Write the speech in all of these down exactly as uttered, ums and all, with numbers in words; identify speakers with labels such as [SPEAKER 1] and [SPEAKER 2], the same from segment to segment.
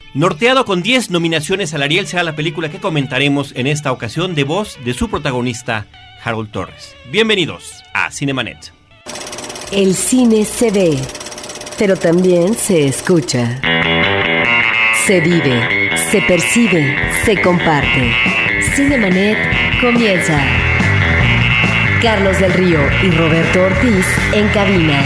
[SPEAKER 1] Norteado, con diez nominaciones al Ariel, será la película que comentaremos en esta ocasión de voz de su protagonista, Harold Torres. Bienvenidos a Cinemanet.
[SPEAKER 2] El cine se ve, pero también se escucha. Se vive, se percibe, se comparte. Cinemanet comienza. Carlos del Río y Roberto Ortiz en cabina.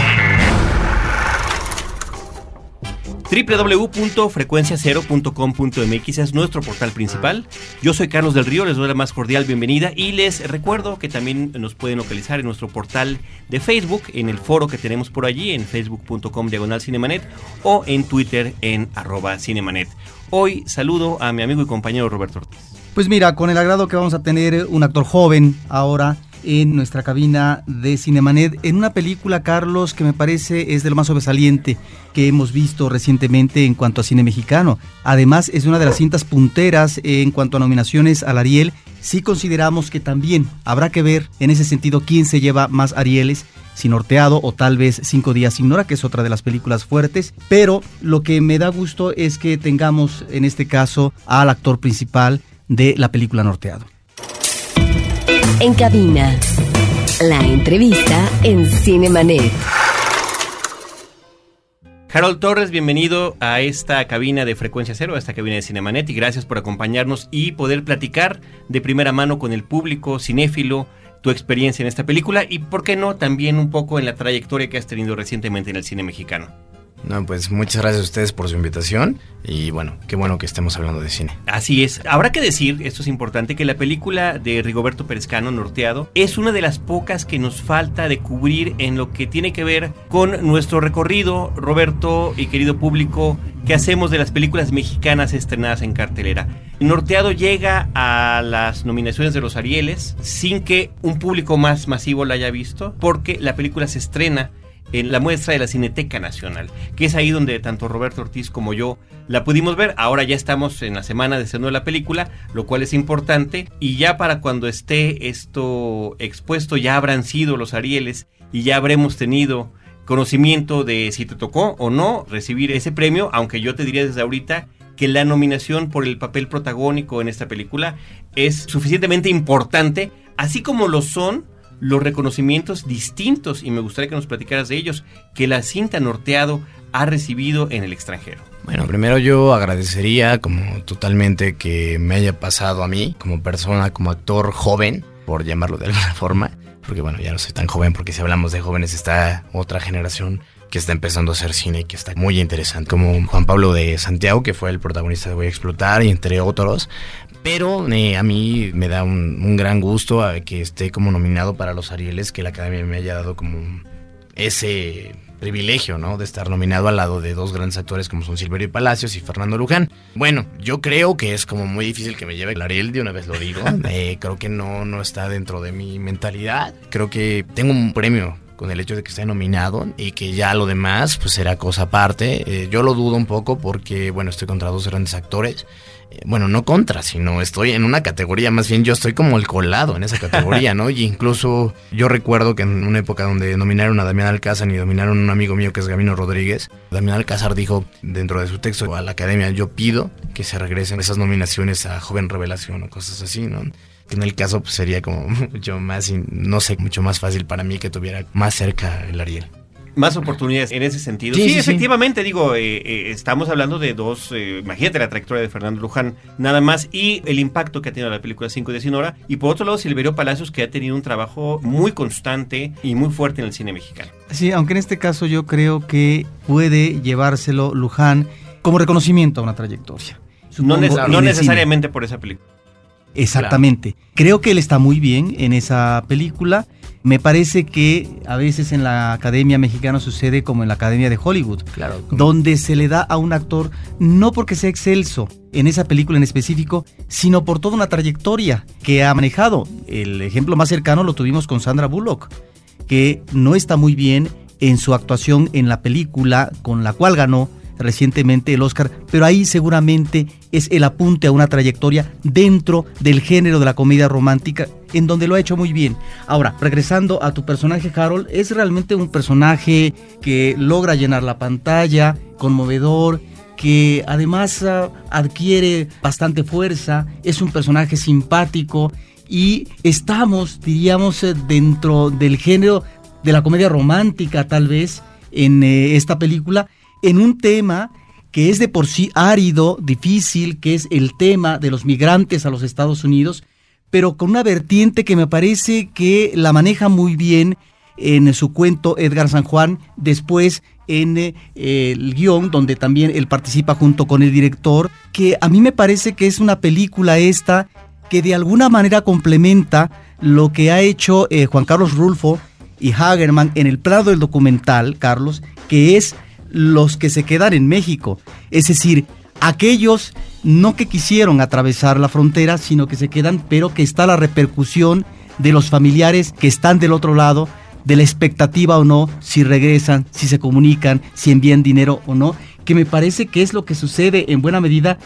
[SPEAKER 1] doble u doble u doble u punto frecuencia cero punto com punto m x es nuestro portal principal. Yo soy Carlos del Río, les doy la más cordial bienvenida y les recuerdo que también nos pueden localizar en nuestro portal de Facebook, en el foro que tenemos por allí, en facebook punto com diagonal cinemanet o en Twitter en arroba cinemanet. Hoy saludo a mi amigo y compañero Roberto Ortiz.
[SPEAKER 3] Pues mira, con el agrado que vamos a tener un actor joven ahora en nuestra cabina de Cinemanet, en una película, Carlos, que me parece es de lo más sobresaliente que hemos visto recientemente en cuanto a cine mexicano. Además, es una de las cintas punteras en cuanto a nominaciones al Ariel. Sí consideramos que también habrá que ver en ese sentido quién se lleva más Arieles, si Norteado o tal vez Cinco días sin Nora, que es otra de las películas fuertes. Pero lo que me da gusto es que tengamos en este caso al actor principal de la película Norteado.
[SPEAKER 2] En cabina, la entrevista en Cinemanet.
[SPEAKER 1] Harold Torres, bienvenido a esta cabina de Frecuencia Cero, a esta cabina de Cinemanet, y gracias por acompañarnos y poder platicar de primera mano con el público cinéfilo tu experiencia en esta película y, por qué no, también un poco en la trayectoria que has tenido recientemente en el cine mexicano.
[SPEAKER 4] No, pues muchas gracias a ustedes por su invitación y bueno, qué bueno que estemos hablando de cine.
[SPEAKER 1] Así es. Habrá que decir, esto es importante, que la película de Rigoberto Pérez Cano, Norteado, es una de las pocas que nos falta de cubrir en lo que tiene que ver con nuestro recorrido, Roberto y querido público, que hacemos de las películas mexicanas estrenadas en cartelera. Norteado llega a las nominaciones de los Arieles sin que un público más masivo la haya visto, porque la película se estrena en la muestra de la Cineteca Nacional, que es ahí donde tanto Roberto Ortiz como yo la pudimos ver. Ahora ya estamos en la semana de estreno de la película, lo cual es importante, y ya para cuando esté esto expuesto ya habrán sido los Arieles y ya habremos tenido conocimiento de si te tocó o no recibir ese premio, aunque yo te diría desde ahorita que la nominación por el papel protagónico en esta película es suficientemente importante, así como lo son los reconocimientos distintos, y me gustaría que nos platicaras de ellos, que la cinta Norteado ha recibido en el extranjero.
[SPEAKER 4] Bueno, primero yo agradecería como totalmente que me haya pasado a mí, como persona, como actor joven, por llamarlo de alguna forma, porque bueno, ya no soy tan joven, porque si hablamos de jóvenes está otra generación que está empezando a hacer cine y que está muy interesante, como Juan Pablo de Santiago, que fue el protagonista de Voy a Explotar, y entre otros. Pero eh, a mí me da un, un gran gusto a que esté como nominado para los Arieles, que la Academia me haya dado como ese privilegio, ¿no? De estar nominado al lado de dos grandes actores como son Silverio Palacios y Fernando Luján. Bueno, yo creo que es como muy difícil que me lleve el Ariel, de una vez lo digo. Eh, creo que no, no está dentro de mi mentalidad. Creo que tengo un premio con el hecho de que esté nominado y que ya lo demás pues será cosa aparte. Eh, yo lo dudo un poco porque, bueno, estoy contra dos grandes actores. Eh, bueno, no contra, sino estoy en una categoría, más bien yo estoy como el colado en esa categoría, ¿no? Y incluso yo recuerdo que en una época donde nominaron a Damián Alcázar y nominaron a un amigo mío que es Gabino Rodríguez, Damián Alcázar dijo dentro de su texto a la Academia: yo pido que se regresen esas nominaciones a Joven Revelación o cosas así, ¿no? En el caso pues, sería como mucho más, no sé, mucho más fácil para mí que tuviera más cerca el Ariel.
[SPEAKER 1] Más oportunidades en ese sentido. Sí, sí, sí efectivamente, sí. digo, eh, eh, estamos hablando de dos, eh, imagínate la trayectoria de Fernando Luján, nada más, y el impacto que ha tenido la película Cinco días sin Nora, y por otro lado Silverio Palacios, que ha tenido un trabajo muy constante y muy fuerte en el cine mexicano.
[SPEAKER 3] Sí, aunque en este caso yo creo que puede llevárselo Luján como reconocimiento a una trayectoria.
[SPEAKER 1] Supongo, no, neces- no necesariamente cine. Por esa película.
[SPEAKER 3] Exactamente. Claro. Creo que él está muy bien en esa película. Me parece que a veces en la Academia Mexicana sucede como en la Academia de Hollywood,
[SPEAKER 4] claro,
[SPEAKER 3] donde se le da a un actor no porque sea excelso en esa película en específico, sino por toda una trayectoria que ha manejado. El ejemplo más cercano lo tuvimos con Sandra Bullock, que no está muy bien en su actuación en la película con la cual ganó recientemente el Oscar, pero ahí seguramente es el apunte a una trayectoria dentro del género de la comedia romántica, en donde lo ha hecho muy bien. Ahora, regresando a tu personaje, Harold, es realmente un personaje que logra llenar la pantalla, conmovedor, que además uh, adquiere bastante fuerza, es un personaje simpático y estamos, diríamos, eh, dentro del género de la comedia romántica tal vez en eh, esta película, en un tema que es de por sí árido, difícil, que es el tema de los migrantes a los Estados Unidos, pero con una vertiente que me parece que la maneja muy bien en su cuento Edgar San Juan, después en eh, el guión, donde también él participa junto con el director, que a mí me parece que es una película esta que de alguna manera complementa lo que ha hecho eh, Juan Carlos Rulfo y Hagerman en el plano del documental, Carlos, que es los que se quedan en México, es decir, aquellos no que quisieron atravesar la frontera, sino que se quedan, pero que está la repercusión de los familiares que están del otro lado, de la expectativa o no, si regresan, si se comunican, si envían dinero o no, que me parece que es lo que sucede en buena medida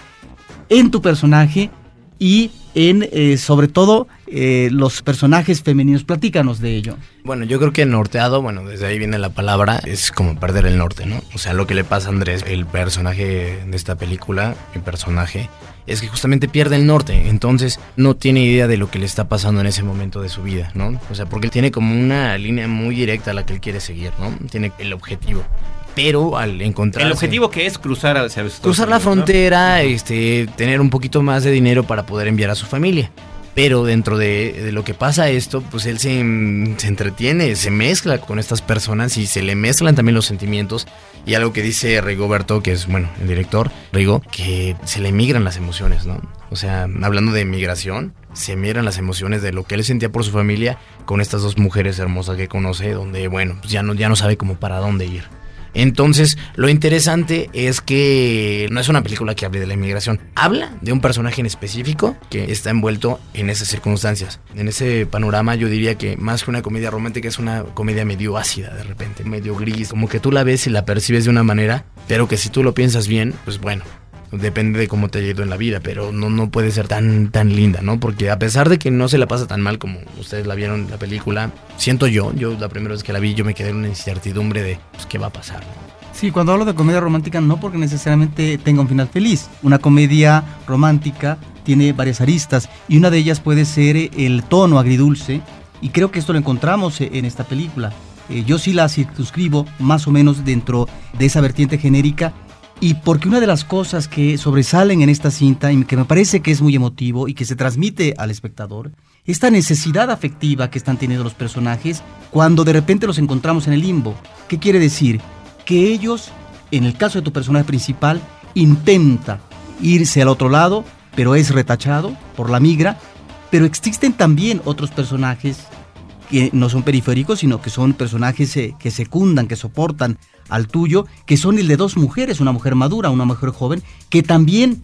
[SPEAKER 3] en tu personaje y en, eh, sobre todo, eh, los personajes femeninos. Platícanos de ello.
[SPEAKER 4] Bueno, yo creo que norteado, bueno, desde ahí viene la palabra, es como perder el norte, ¿no? O sea, lo que le pasa a Andrés, el personaje de esta película, mi personaje, es que justamente pierde el norte, entonces no tiene idea de lo que le está pasando en ese momento de su vida, ¿no? O sea, porque él tiene como una línea muy directa a la que él quiere seguir, ¿no? Tiene el objetivo. Pero al encontrar...
[SPEAKER 1] El objetivo que es cruzar hacia los Estados
[SPEAKER 4] Cruzar
[SPEAKER 1] Unidos,
[SPEAKER 4] la frontera,
[SPEAKER 1] ¿no?
[SPEAKER 4] este, tener un poquito más de dinero para poder enviar a su familia. Pero dentro de, de lo que pasa esto, pues él se, se entretiene, se mezcla con estas personas y se le mezclan también los sentimientos. Y algo que dice Rigoberto, que es, bueno, el director, Rigo, que se le migran las emociones, ¿no? O sea, hablando de migración, se migran las emociones de lo que él sentía por su familia con estas dos mujeres hermosas que conoce, donde, bueno, pues ya no, ya no sabe cómo para dónde ir. Entonces, lo interesante es que no es una película que hable de la inmigración. Habla de un personaje en específico que está envuelto en esas circunstancias. En ese panorama yo diría que más que una comedia romántica es una comedia medio ácida de repente, medio gris. Como que tú la ves y la percibes de una manera, pero que si tú lo piensas bien, pues bueno, depende de cómo te haya ido en la vida, pero no, no puede ser tan, tan linda, ¿no? Porque a pesar de que no se la pasa tan mal como ustedes la vieron en la película, siento yo, yo la primera vez que la vi, yo me quedé en una incertidumbre de, pues, ¿qué va a pasar?
[SPEAKER 3] Sí, cuando hablo de comedia romántica, no porque necesariamente tenga un final feliz. Una comedia romántica tiene varias aristas y una de ellas puede ser el tono agridulce, y creo que esto lo encontramos en esta película. Eh, yo sí la circunscribo más o menos dentro de esa vertiente genérica. Y porque una de las cosas que sobresalen en esta cinta y que me parece que es muy emotivo y que se transmite al espectador, esta necesidad afectiva que están teniendo los personajes cuando de repente los encontramos en el limbo. ¿Qué quiere decir? Que ellos, en el caso de tu personaje principal, intenta irse al otro lado, pero es retachado por la migra, pero existen también otros personajes que no son periféricos, sino que son personajes eh, que secundan, que soportan al tuyo, que son el de dos mujeres, una mujer madura, una mujer joven, que también,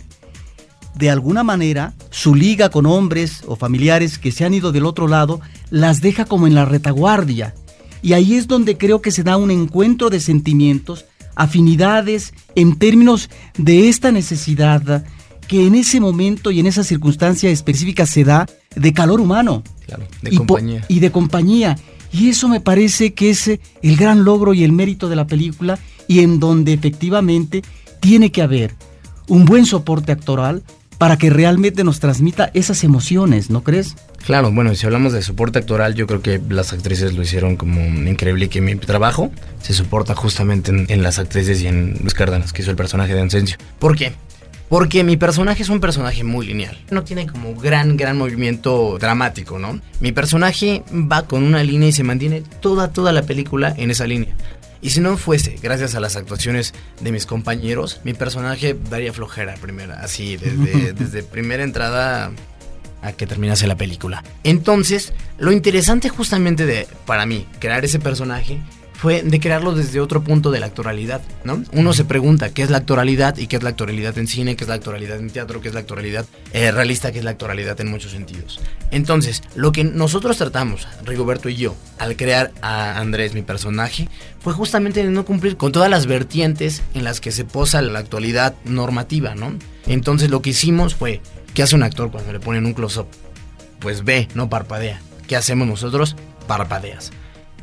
[SPEAKER 3] de alguna manera, su liga con hombres o familiares que se han ido del otro lado, las deja como en la retaguardia. Y ahí es donde creo que se da un encuentro de sentimientos, afinidades, en términos de esta necesidad que en ese momento y en esa circunstancia específica se da de calor humano.
[SPEAKER 4] Claro, de
[SPEAKER 3] y
[SPEAKER 4] compañía.
[SPEAKER 3] Po- y de compañía. Y eso me parece que es el gran logro y el mérito de la película, y en donde efectivamente tiene que haber un buen soporte actoral para que realmente nos transmita esas emociones, ¿no crees?
[SPEAKER 4] Claro, bueno, si hablamos de soporte actoral, yo creo que las actrices lo hicieron como increíble, que mi trabajo se soporta justamente en, en las actrices y en Luis Cárdenas, que hizo el personaje de Ancencio. ¿Por qué? Porque mi personaje es un personaje muy lineal. No tiene como gran, gran movimiento dramático, ¿no? Mi personaje va con una línea y se mantiene toda, toda la película en esa línea. Y si no fuese gracias a las actuaciones de mis compañeros, mi personaje daría flojera primera, así, desde, desde primera entrada a que terminase la película. Entonces, lo interesante justamente de, para mí, crear ese personaje fue de crearlo desde otro punto de la actoralidad, ¿no? Uno se pregunta qué es la actoralidad y qué es la actoralidad en cine, qué es la actoralidad en teatro, qué es la actoralidad eh, realista, qué es la actoralidad en muchos sentidos. Entonces, lo que nosotros tratamos, Rigoberto y yo, al crear a Andrés, mi personaje, fue justamente de no cumplir con todas las vertientes en las que se posa la actualidad normativa, ¿no? Entonces, lo que hicimos fue, ¿qué hace un actor cuando le ponen un close-up? Pues ve, no parpadea. ¿Qué hacemos nosotros? Parpadeas.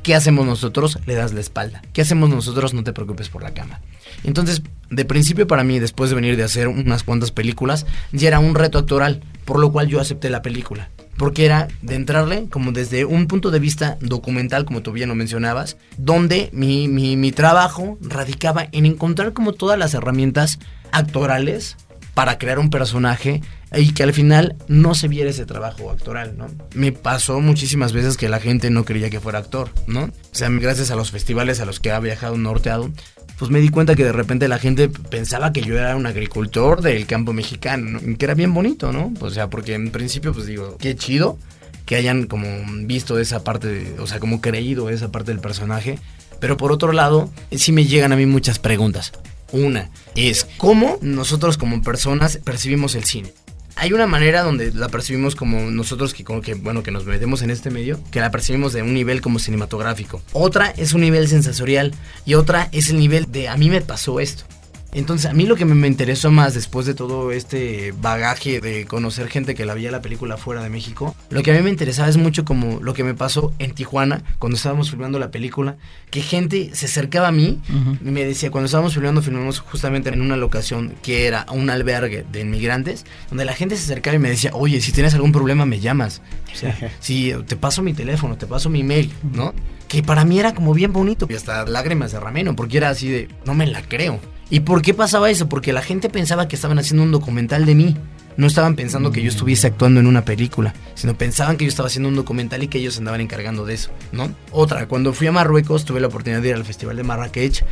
[SPEAKER 4] ¿Qué hacemos nosotros? Le das la espalda. ¿Qué hacemos nosotros? No te preocupes por la cama. Entonces, de principio para mí, después de venir de hacer unas cuantas películas, ya era un reto actoral, por lo cual yo acepté la película. Porque era de entrarle como desde un punto de vista documental, como tú bien lo mencionabas, donde mi, mi, mi trabajo radicaba en encontrar como todas las herramientas actorales para crear un personaje y que al final no se viera ese trabajo actoral, ¿no? Me pasó muchísimas veces que la gente no creía que fuera actor, ¿no? O sea, gracias a los festivales a los que ha viajado Norteado, pues me di cuenta que de repente la gente pensaba que yo era un agricultor del campo mexicano, ¿no? Que era bien bonito, ¿no? O sea, porque en principio, pues digo, qué chido que hayan como visto esa parte, de, o sea, como creído esa parte del personaje, pero por otro lado, sí me llegan a mí muchas preguntas. Una es cómo nosotros como personas percibimos el cine. Hay una manera donde la percibimos como nosotros que, como que, bueno, que nos metemos en este medio, que la percibimos de un nivel como cinematográfico. Otra es un nivel sensorial y otra es el nivel de a mí me pasó esto. Entonces a mí lo que me, me interesó más después de todo este bagaje de conocer gente que la veía la película fuera de México, lo que a mí me interesaba es mucho como lo que me pasó en Tijuana cuando estábamos filmando la película, que gente se acercaba a mí uh-huh. y me decía, cuando estábamos filmando, filmamos justamente en una locación que era un albergue de inmigrantes, donde la gente se acercaba y me decía, oye, si tienes algún problema me llamas, o sea, si te paso mi teléfono, te paso mi mail, ¿no? Que para mí era como bien bonito y hasta lágrimas derramé, ¿no? Porque era así de, no me la creo. ¿Y por qué pasaba eso? Porque la gente pensaba que estaban haciendo un documental de mí. No estaban pensando que yo estuviese actuando en una película, sino pensaban que yo estaba haciendo un documental y que ellos se andaban encargando de eso, ¿no? Otra, cuando fui a Marruecos, tuve la oportunidad de ir al Festival de Marrakech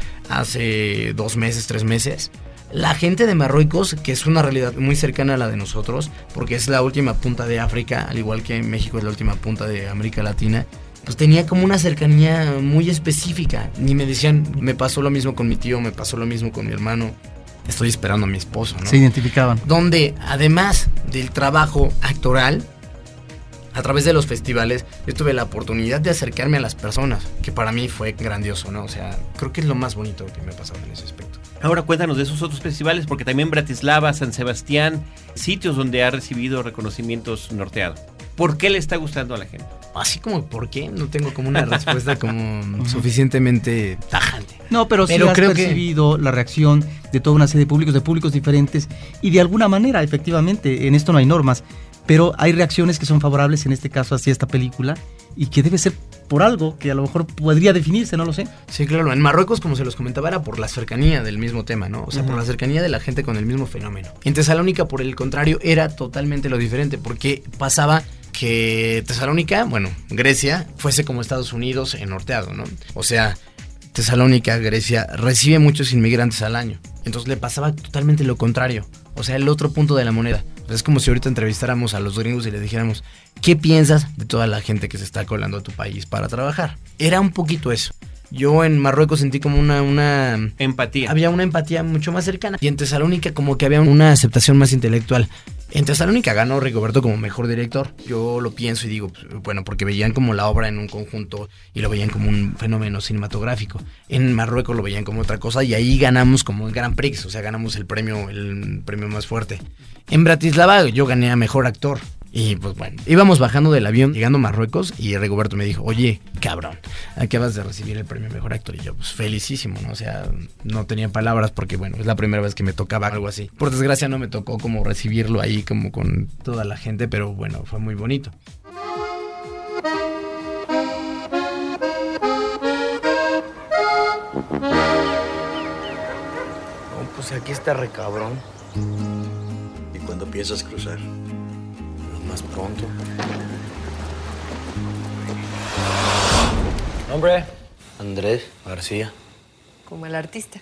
[SPEAKER 4] hace dos meses, tres meses. La gente de Marruecos, que es una realidad muy cercana a la de nosotros, porque es la última punta de África, al igual que México es la última punta de América Latina, pues tenía como una cercanía muy específica. Y me decían, me pasó lo mismo con mi tío, me pasó lo mismo con mi hermano. Estoy esperando a mi esposo, ¿no?
[SPEAKER 3] Se identificaban.
[SPEAKER 4] Donde, además del trabajo actoral, a través de los festivales, yo tuve la oportunidad de acercarme a las personas, que para mí fue grandioso, ¿no? O sea, creo que es lo más bonito que me ha pasado en ese aspecto.
[SPEAKER 1] Ahora cuéntanos de esos otros festivales, porque también Bratislava, San Sebastián, sitios donde ha recibido reconocimientos Norteado. ¿Por qué le está gustando a la gente?
[SPEAKER 4] Así como, ¿por qué? No tengo como una respuesta como suficientemente tajante.
[SPEAKER 3] No, pero sí pero has creo percibido que... la reacción de toda una serie de públicos, de públicos diferentes, y de alguna manera, efectivamente, en esto no hay normas, pero hay reacciones que son favorables, en este caso hacia esta película, y que debe ser por algo que a lo mejor podría definirse, no lo sé.
[SPEAKER 4] Sí, claro, en Marruecos, como se los comentaba, era por la cercanía del mismo tema, ¿no? O sea, uh-huh. por la cercanía de la gente con el mismo fenómeno. En Tesalónica, por el contrario, era totalmente lo diferente, porque pasaba que Tesalónica, bueno, Grecia, fuese como Estados Unidos en Norteado, ¿no? O sea, Tesalónica, Grecia, recibe muchos inmigrantes al año. Entonces le pasaba totalmente lo contrario. O sea, el otro punto de la moneda. Es como si ahorita entrevistáramos a los gringos y le dijéramos, ¿qué piensas de toda la gente que se está colando a tu país para trabajar? Era un poquito eso. Yo en Marruecos sentí como una, una...
[SPEAKER 1] empatía.
[SPEAKER 4] Había una empatía mucho más cercana. Y en Tesalónica como que había una aceptación más intelectual. En Tesalónica ganó Rigoberto como mejor director. Yo lo pienso y digo, bueno, porque veían como la obra en un conjunto y lo veían como un fenómeno cinematográfico. En Marruecos lo veían como otra cosa y ahí ganamos como el Grand Prix, o sea, ganamos el premio, el premio más fuerte. En Bratislava yo gané a mejor actor. Y pues bueno, íbamos bajando del avión, llegando a Marruecos, y Rigoberto me dijo, oye, cabrón, acabas de recibir el premio Mejor Actor. Y yo, pues felicísimo, ¿no? O sea, no tenía palabras porque, bueno, es la primera vez que me tocaba algo así. Por desgracia no me tocó como recibirlo ahí como con toda la gente, pero bueno, fue muy bonito.
[SPEAKER 5] No, pues aquí está re cabrón.
[SPEAKER 6] ¿Y cuándo piensas cruzar?
[SPEAKER 5] Más pronto. ¿Nombre? Andrés García.
[SPEAKER 7] Como el artista.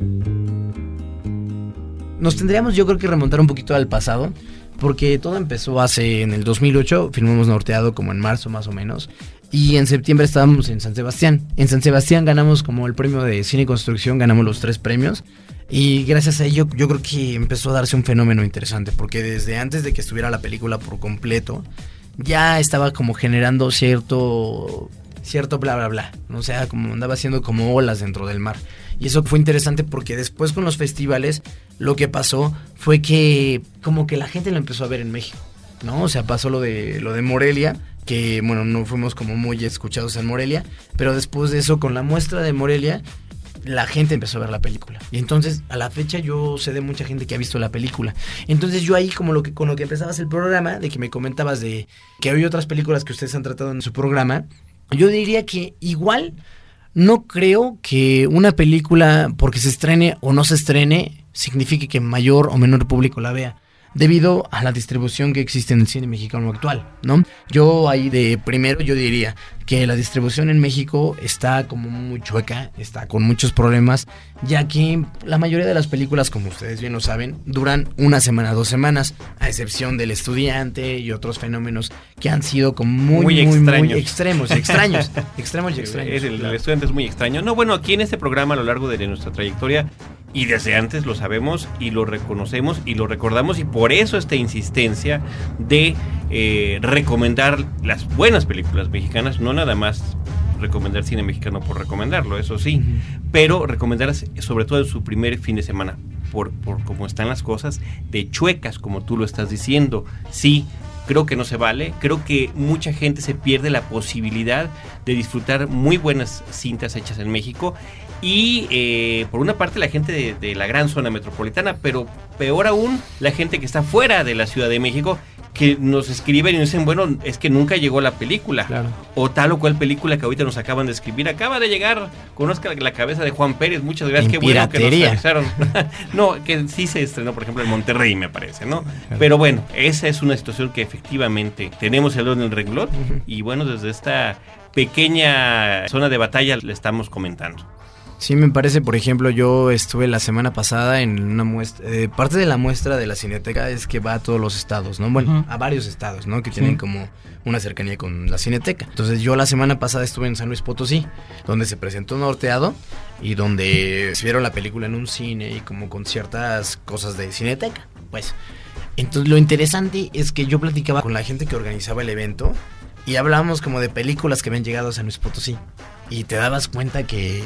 [SPEAKER 4] Nos tendríamos yo creo que remontar un poquito al pasado, porque todo empezó hace, en el dos mil ocho, filmamos Norteado como en marzo más o menos, y en septiembre estábamos en San Sebastián. En San Sebastián ganamos como el premio de cine y construcción, ganamos los tres premios. Y gracias a ello yo creo que empezó a darse un fenómeno interesante, porque desde antes de que estuviera la película por completo, ya estaba como generando cierto, cierto bla bla bla, ¿no? O sea, como andaba haciendo como olas dentro del mar. Y eso fue interesante porque después con los festivales lo que pasó fue que como que la gente lo empezó a ver en México, ¿no? O sea, pasó lo de, lo de Morelia, que, bueno, no fuimos como muy escuchados en Morelia, pero después de eso, con la muestra de Morelia, la gente empezó a ver la película. Y entonces, a la fecha, yo sé de mucha gente que ha visto la película. Entonces, yo ahí, como lo que con lo que empezabas el programa, de que me comentabas de que hay otras películas que ustedes han tratado en su programa, yo diría que igual no creo que una película, porque se estrene o no se estrene, signifique que mayor o menor público la vea, debido a la distribución que existe en el cine mexicano actual, ¿no? Yo ahí de primero yo diría que la distribución en México está como muy chueca, está con muchos problemas, ya que la mayoría de las películas, como ustedes bien lo saben, duran una semana, dos semanas, a excepción del Estudiante y otros fenómenos que han sido como muy, muy, muy, muy extremos, extraños, extremos y extraños.
[SPEAKER 1] El, el Estudiante es muy extraño. No, bueno, aquí en este programa a lo largo de nuestra trayectoria y desde antes lo sabemos y lo reconocemos y lo recordamos, y por eso esta insistencia de eh, recomendar las buenas películas mexicanas, no nada más recomendar cine mexicano por recomendarlo, eso sí, uh-huh. pero recomendar sobre todo en su primer fin de semana, por, por cómo están las cosas, de chuecas, como tú lo estás diciendo. Sí, creo que no se vale, creo que mucha gente se pierde la posibilidad de disfrutar muy buenas cintas hechas en México. Y eh, por una parte la gente de, de la gran zona metropolitana, pero peor aún la gente que está fuera de la Ciudad de México, que nos escriben y nos dicen, bueno, es que nunca llegó la película, claro. o tal o cual película que ahorita nos acaban de escribir, acaba de llegar, conozca la cabeza de Juan Pérez, muchas gracias,
[SPEAKER 4] en
[SPEAKER 1] qué
[SPEAKER 4] piratería.
[SPEAKER 1] Bueno que nos avisaron. No, que sí se estrenó, por ejemplo, en Monterrey, me parece, ¿no? Claro. Pero bueno, esa es una situación que efectivamente tenemos el dedo en el renglón, uh-huh. y bueno, desde esta pequeña zona de batalla le estamos comentando.
[SPEAKER 4] Sí, me parece, por ejemplo, yo estuve la semana pasada en una muestra, eh, parte de la muestra de la Cineteca es que va a todos los estados, ¿no? Bueno, uh-huh. a varios estados, ¿no? Que sí. tienen como una cercanía con la Cineteca. Entonces yo la semana pasada estuve en San Luis Potosí, donde se presentó Norteado y donde se vieron la película en un cine y como con ciertas cosas de Cineteca, pues. Entonces lo interesante es que yo platicaba con la gente que organizaba el evento y hablábamos como de películas que habían llegado a San Luis Potosí y te dabas cuenta que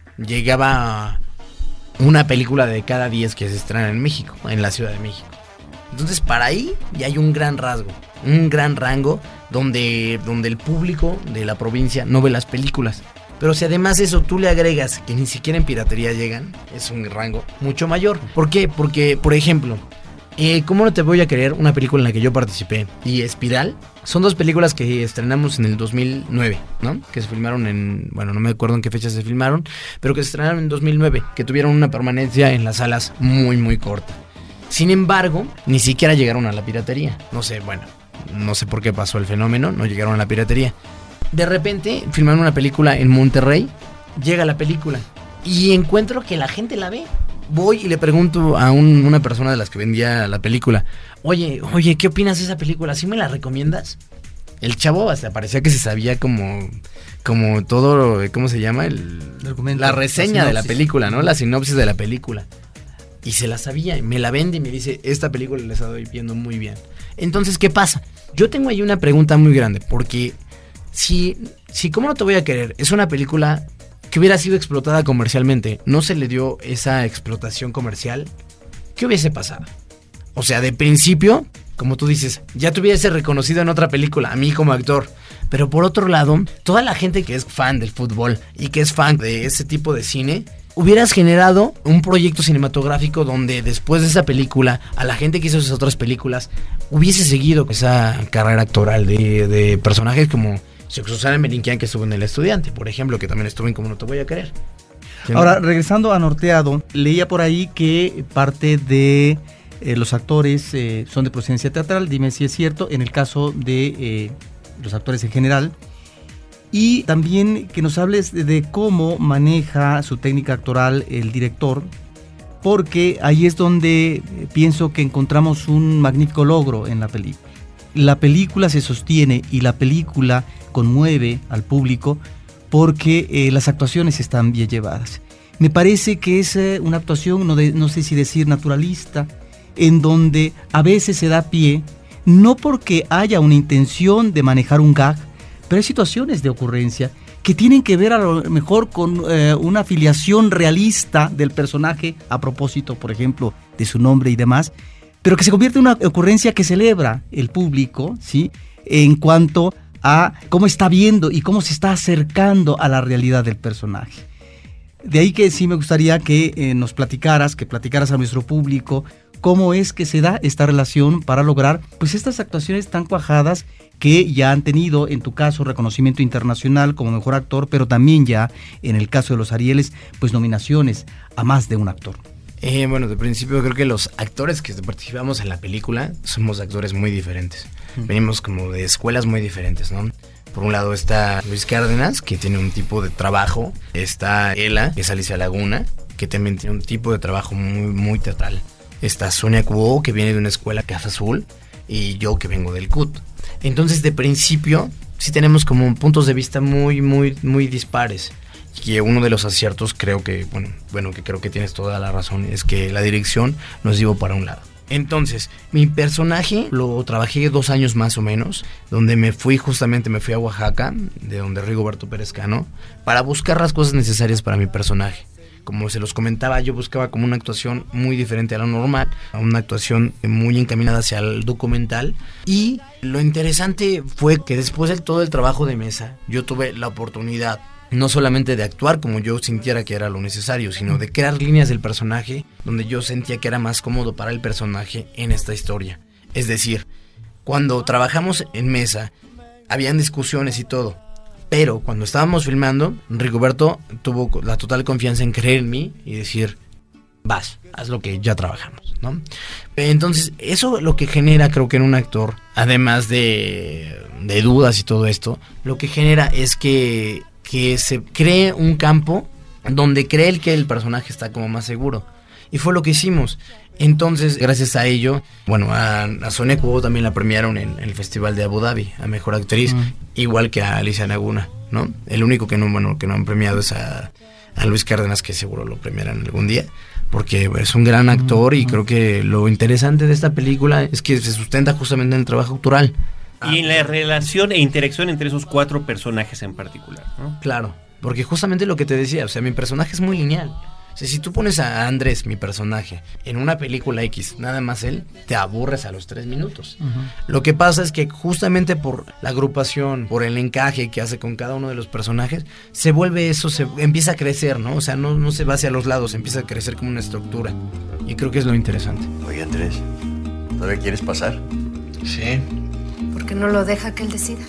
[SPEAKER 4] llegaba una película de cada diez que se estrena en México, en la Ciudad de México. Entonces, para ahí ya hay un gran rasgo, un gran rango donde, donde el público de la provincia no ve las películas. Pero si además eso tú le agregas que ni siquiera en piratería llegan, es un rango mucho mayor. ¿Por qué? Porque, por ejemplo, eh, ¿cómo no te voy a querer? Una película en la que yo participé y Espiral. Son dos películas que estrenamos en el dos mil nueve, ¿no? Que se filmaron en... Bueno, no me acuerdo en qué fecha se filmaron, pero que se estrenaron en dos mil nueve, que tuvieron una permanencia en las salas muy, muy corta. Sin embargo, ni siquiera llegaron a la piratería. No sé, bueno, no sé por qué pasó el fenómeno, no llegaron a la piratería. De repente, filmaron una película en Monterrey, llega la película y encuentro que la gente la ve. Voy y le pregunto a un, una persona de las que vendía la película, oye, oye, ¿qué opinas de esa película? ¿Sí me la recomiendas? El chavo hasta parecía que se sabía como, como todo, ¿cómo se llama? El, el la reseña la de la película, ¿no? La sinopsis de la película. Y se la sabía, y me la vende y me dice, esta película la estoy viendo muy bien. Entonces, ¿qué pasa? Yo tengo ahí una pregunta muy grande, porque si, si ¿cómo no te voy a querer? Es una película que hubiera sido explotada comercialmente, no se le dio esa explotación comercial, ¿qué hubiese pasado? O sea, de principio, como tú dices, ya te hubiese reconocido en otra película, a mí como actor. Pero por otro lado, toda la gente que es fan del fútbol y que es fan de ese tipo de cine, hubieras generado un proyecto cinematográfico donde después de esa película, a la gente que hizo esas otras películas, hubiese seguido esa carrera actoral de, de personajes como Susana Melinquian, que estuvo en El Estudiante, por ejemplo, que también estuvo en Como no te voy a querer.
[SPEAKER 3] Ahora, regresando a Norteado, leía por ahí que parte de eh, los actores eh, son de procedencia teatral, dime si es cierto, en el caso de eh, los actores en general, y también que nos hables de, de cómo maneja su técnica actoral el director, porque ahí es donde eh, pienso que encontramos un magnífico logro en la película. La película se sostiene y la película conmueve al público porque eh, las actuaciones están bien llevadas. Me parece que es eh, una actuación, no, de, no sé si decir naturalista, en donde a veces se da pie, no porque haya una intención de manejar un gag, pero hay situaciones de ocurrencia que tienen que ver a lo mejor con eh, una afiliación realista del personaje, a propósito, por ejemplo, de su nombre y demás, pero que se convierte en una ocurrencia que celebra el público, ¿sí? En cuanto a cómo está viendo y cómo se está acercando a la realidad del personaje. De ahí que sí me gustaría que eh, nos platicaras, que platicaras a nuestro público cómo es que se da esta relación para lograr pues estas actuaciones tan cuajadas que ya han tenido, en tu caso, reconocimiento internacional como mejor actor, pero también ya, en el caso de los Arieles, pues nominaciones a más de un actor.
[SPEAKER 4] Eh, bueno, de principio creo que los actores que participamos en la película somos actores muy diferentes. Mm. Venimos como de escuelas muy diferentes, ¿no? Por un lado está Luis Cárdenas, que tiene un tipo de trabajo. Está Ela, que es Alicia Laguna, que también tiene un tipo de trabajo muy, muy teatral. Está Sonia Cubo, que viene de una escuela Casa Azul, y yo, que vengo del C U T. Entonces, de principio, sí tenemos como puntos de vista muy, muy, muy dispares. Y uno de los aciertos, creo que, bueno, bueno, que creo que tienes toda la razón, es que la dirección nos llevó para un lado. Entonces, mi personaje lo trabajé dos años más o menos, donde me fui justamente, me fui a Oaxaca, de donde Rigoberto Pérez Cano, para buscar las cosas necesarias para mi personaje. Como se los comentaba, yo buscaba como una actuación muy diferente a la normal, una actuación muy encaminada hacia el documental. Y lo interesante fue que después de todo el trabajo de mesa, yo tuve la oportunidad no solamente de actuar como yo sintiera que era lo necesario, sino de crear líneas del personaje donde yo sentía que era más cómodo para el personaje en esta historia. Es decir, cuando trabajamos en mesa, habían discusiones y todo, pero cuando estábamos filmando, Rigoberto tuvo la total confianza en creer en mí y decir, vas, haz lo que ya trabajamos, ¿no? Entonces, eso lo que genera, creo que en un actor, además de, de dudas y todo esto, lo que genera es que que se cree un campo donde cree el que el personaje está como más seguro. Y fue lo que hicimos. Entonces, gracias a ello, bueno, a, a Sonia Cubo también la premiaron en, en el Festival de Abu Dhabi, a Mejor Actriz, uh-huh. igual que a Alicia Laguna, ¿no? El único que no, bueno, que no han premiado es a, a Luis Cárdenas, que seguro lo premiarán algún día, porque es un gran actor uh-huh. y creo que lo interesante de esta película es que se sustenta justamente en el trabajo actoral.
[SPEAKER 1] Y en la relación e interacción entre esos cuatro personajes en particular, ¿no?
[SPEAKER 4] Claro, porque justamente lo que te decía, o sea, mi personaje es muy lineal. O sea, si tú pones a Andrés, mi personaje, en una película X, nada más él, te aburres a los tres minutos. Uh-huh. Lo que pasa es que justamente por la agrupación, por el encaje que hace con cada uno de los personajes, se vuelve eso, se empieza a crecer, ¿no? O sea, no, no se va hacia los lados, empieza a crecer como una estructura. Y creo que es lo interesante.
[SPEAKER 6] Oye, Andrés, ¿todavía quieres pasar?
[SPEAKER 4] Sí.
[SPEAKER 7] ¿Por qué no lo deja que él decida?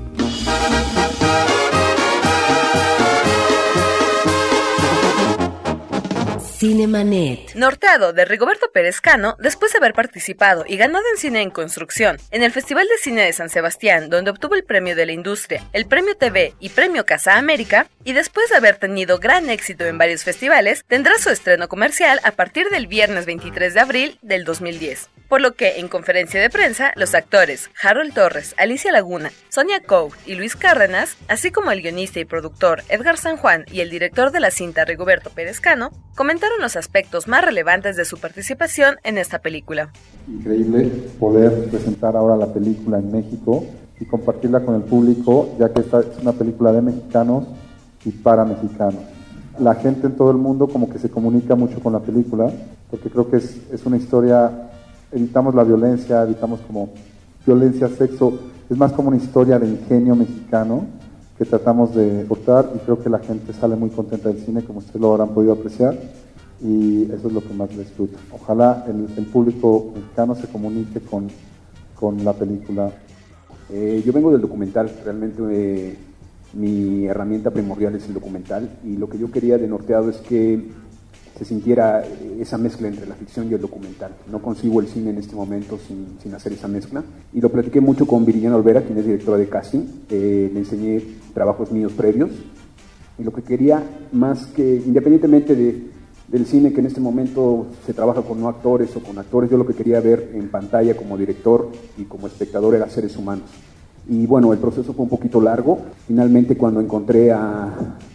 [SPEAKER 2] Cinemanet.
[SPEAKER 8] Norteado, de Rigoberto Pérez Cano, después de haber participado y ganado en cine en construcción en el Festival de Cine de San Sebastián, donde obtuvo el Premio de la Industria, el Premio T V y Premio Casa América, y después de haber tenido gran éxito en varios festivales, tendrá su estreno comercial a partir del viernes veintitrés de abril del dos mil diez. Por lo que, en conferencia de prensa, los actores Harold Torres, Alicia Laguna, Sonia Cubo y Luis Cárdenas, así como el guionista y productor Edgar San Juan y el director de la cinta Rigoberto Pérez Cano, comentaron los aspectos más relevantes de su participación en esta película.
[SPEAKER 9] Increíble poder presentar ahora la película en México y compartirla con el público, ya que esta es una película de mexicanos y para mexicanos. La gente en todo el mundo como que se comunica mucho con la película, porque creo que es, es una historia, evitamos la violencia, evitamos como violencia, sexo, es más como una historia de ingenio mexicano que tratamos de cortar, y creo que la gente sale muy contenta del cine, como ustedes lo habrán podido apreciar, y eso es lo que más les disfruta. Ojalá el, el público mexicano se comunique con, con la película.
[SPEAKER 10] Eh, yo vengo del documental, realmente eh, mi herramienta primordial es el documental, y lo que yo quería de Norteado es que se sintiera esa mezcla entre la ficción y el documental. No consigo el cine en este momento sin, sin hacer esa mezcla, y lo platiqué mucho con Viridiana Olvera, quien es directora de casting. Eh, le enseñé trabajos míos previos, y lo que quería, más que independientemente de, del cine, que en este momento se trabaja con no actores o con actores, yo lo que quería ver en pantalla como director y como espectador era seres humanos. Y bueno, el proceso fue un poquito largo. Finalmente, cuando encontré a,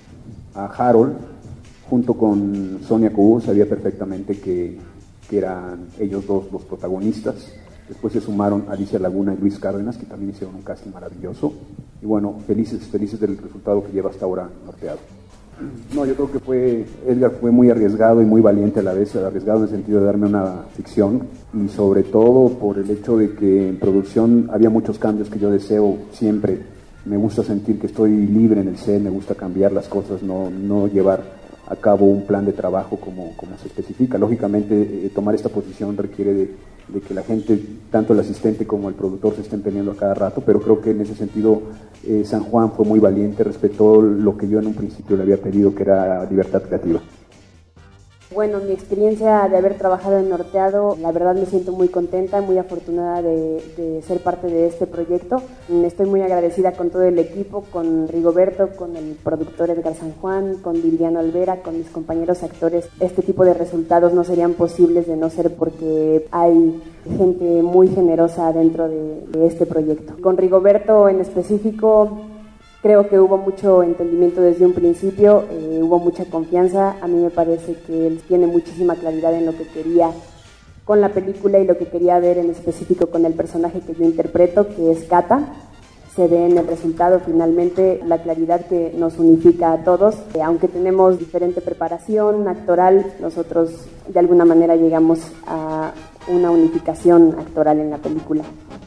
[SPEAKER 10] a Harold junto con Sonia Cubo, sabía perfectamente que, que eran ellos dos los protagonistas. Después se sumaron Alicia Laguna y Luis Cárdenas, que también hicieron un casting maravilloso. Y bueno, felices, felices del resultado que lleva hasta ahora Norteado. No, yo creo que fue, Edgar fue muy arriesgado y muy valiente a la vez, arriesgado en el sentido de darme una ficción, y sobre todo por el hecho de que en producción había muchos cambios que yo deseo siempre Me gusta sentir que estoy libre en el set, me gusta cambiar las cosas, no, no llevar a cabo un plan de trabajo como, como se especifica. Lógicamente, eh, tomar esta posición requiere de, de que la gente, tanto el asistente como el productor, se estén peleando a cada rato, pero creo que en ese sentido eh, San Juan fue muy valiente, respetó lo que yo en un principio le había pedido, que era libertad creativa.
[SPEAKER 11] Bueno, mi experiencia de haber trabajado en Norteado, la verdad me siento muy contenta, muy afortunada de, de ser parte de este proyecto. Estoy muy agradecida con todo el equipo, con Rigoberto, con el productor Edgar San Juan, con Viviano Olvera, con mis compañeros actores. Este tipo de resultados no serían posibles de no ser porque hay gente muy generosa dentro de, de este proyecto. Con Rigoberto en específico, creo que hubo mucho entendimiento desde un principio, eh, hubo mucha confianza. A mí me parece que él tiene muchísima claridad en lo que quería con la película y lo que quería ver en específico con el personaje que yo interpreto, que es Cata. Se ve en el resultado finalmente la claridad que nos unifica a todos. Eh, aunque tenemos diferente preparación actoral, nosotros de alguna manera llegamos a una unificación actoral en la película.